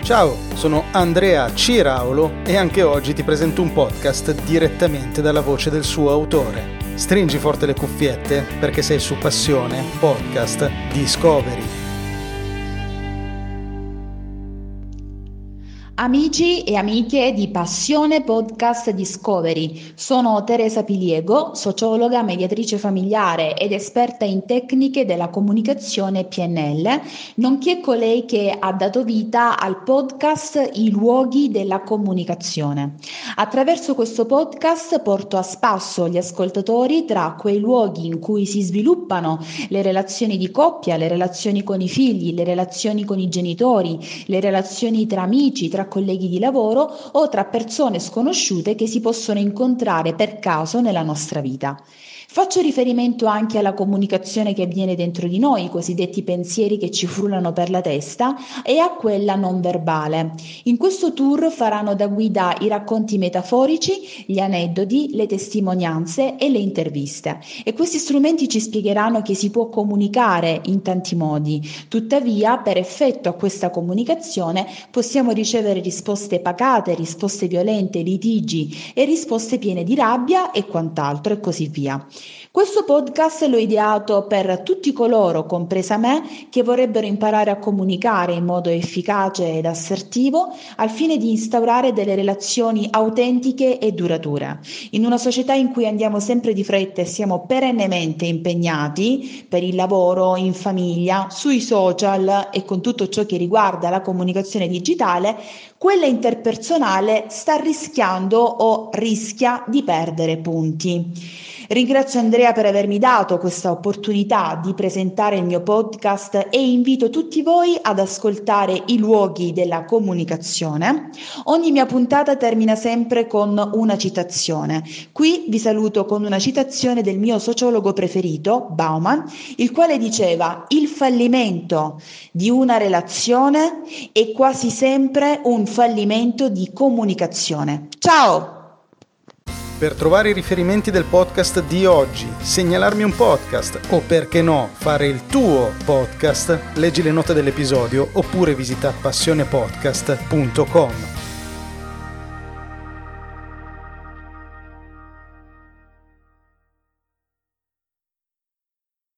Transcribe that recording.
Ciao, sono Andrea Ciraulo e anche oggi ti presento un podcast direttamente dalla voce del suo autore. Stringi forte le cuffiette perché sei su Passione Podcast Discovery. Amici e amiche di Passione Podcast Discovery, sono Teresa Piliego, sociologa, mediatrice familiare ed esperta in tecniche della comunicazione PNL, nonché colei che ha dato vita al podcast I luoghi della comunicazione. Attraverso questo podcast porto a spasso gli ascoltatori tra quei luoghi in cui si sviluppano le relazioni di coppia, le relazioni con i figli, le relazioni con i genitori, le relazioni tra amici, tra colleghi di lavoro o tra persone sconosciute che si possono incontrare per caso nella nostra vita. Faccio riferimento anche alla comunicazione che avviene dentro di noi, i cosiddetti pensieri che ci frullano per la testa, e a quella non verbale. In questo tour faranno da guida i racconti metaforici, gli aneddoti, le testimonianze e le interviste. E questi strumenti ci spiegheranno che si può comunicare in tanti modi. Tuttavia, per effetto a questa comunicazione, possiamo ricevere risposte pacate, risposte violente, litigi e risposte piene di rabbia e quant'altro e così via. Questo podcast l'ho ideato per tutti coloro, compresa me, che vorrebbero imparare a comunicare in modo efficace ed assertivo al fine di instaurare delle relazioni autentiche e durature. In una società in cui andiamo sempre di fretta e siamo perennemente impegnati per il lavoro, in famiglia, sui social e con tutto ciò che riguarda la comunicazione digitale, quella interpersonale sta rischiando o rischia di perdere punti. Ringrazio Andrea per avermi dato questa opportunità di presentare il mio podcast e invito tutti voi ad ascoltare I luoghi della comunicazione. Ogni mia puntata termina sempre con una citazione. Qui vi saluto con una citazione del mio sociologo preferito, Bauman, il quale diceva: il fallimento di una relazione è quasi sempre un fallimento di comunicazione. Ciao! Per trovare i riferimenti del podcast di oggi, segnalarmi un podcast o, perché no, fare il tuo podcast, leggi le note dell'episodio oppure visita passionepodcast.com.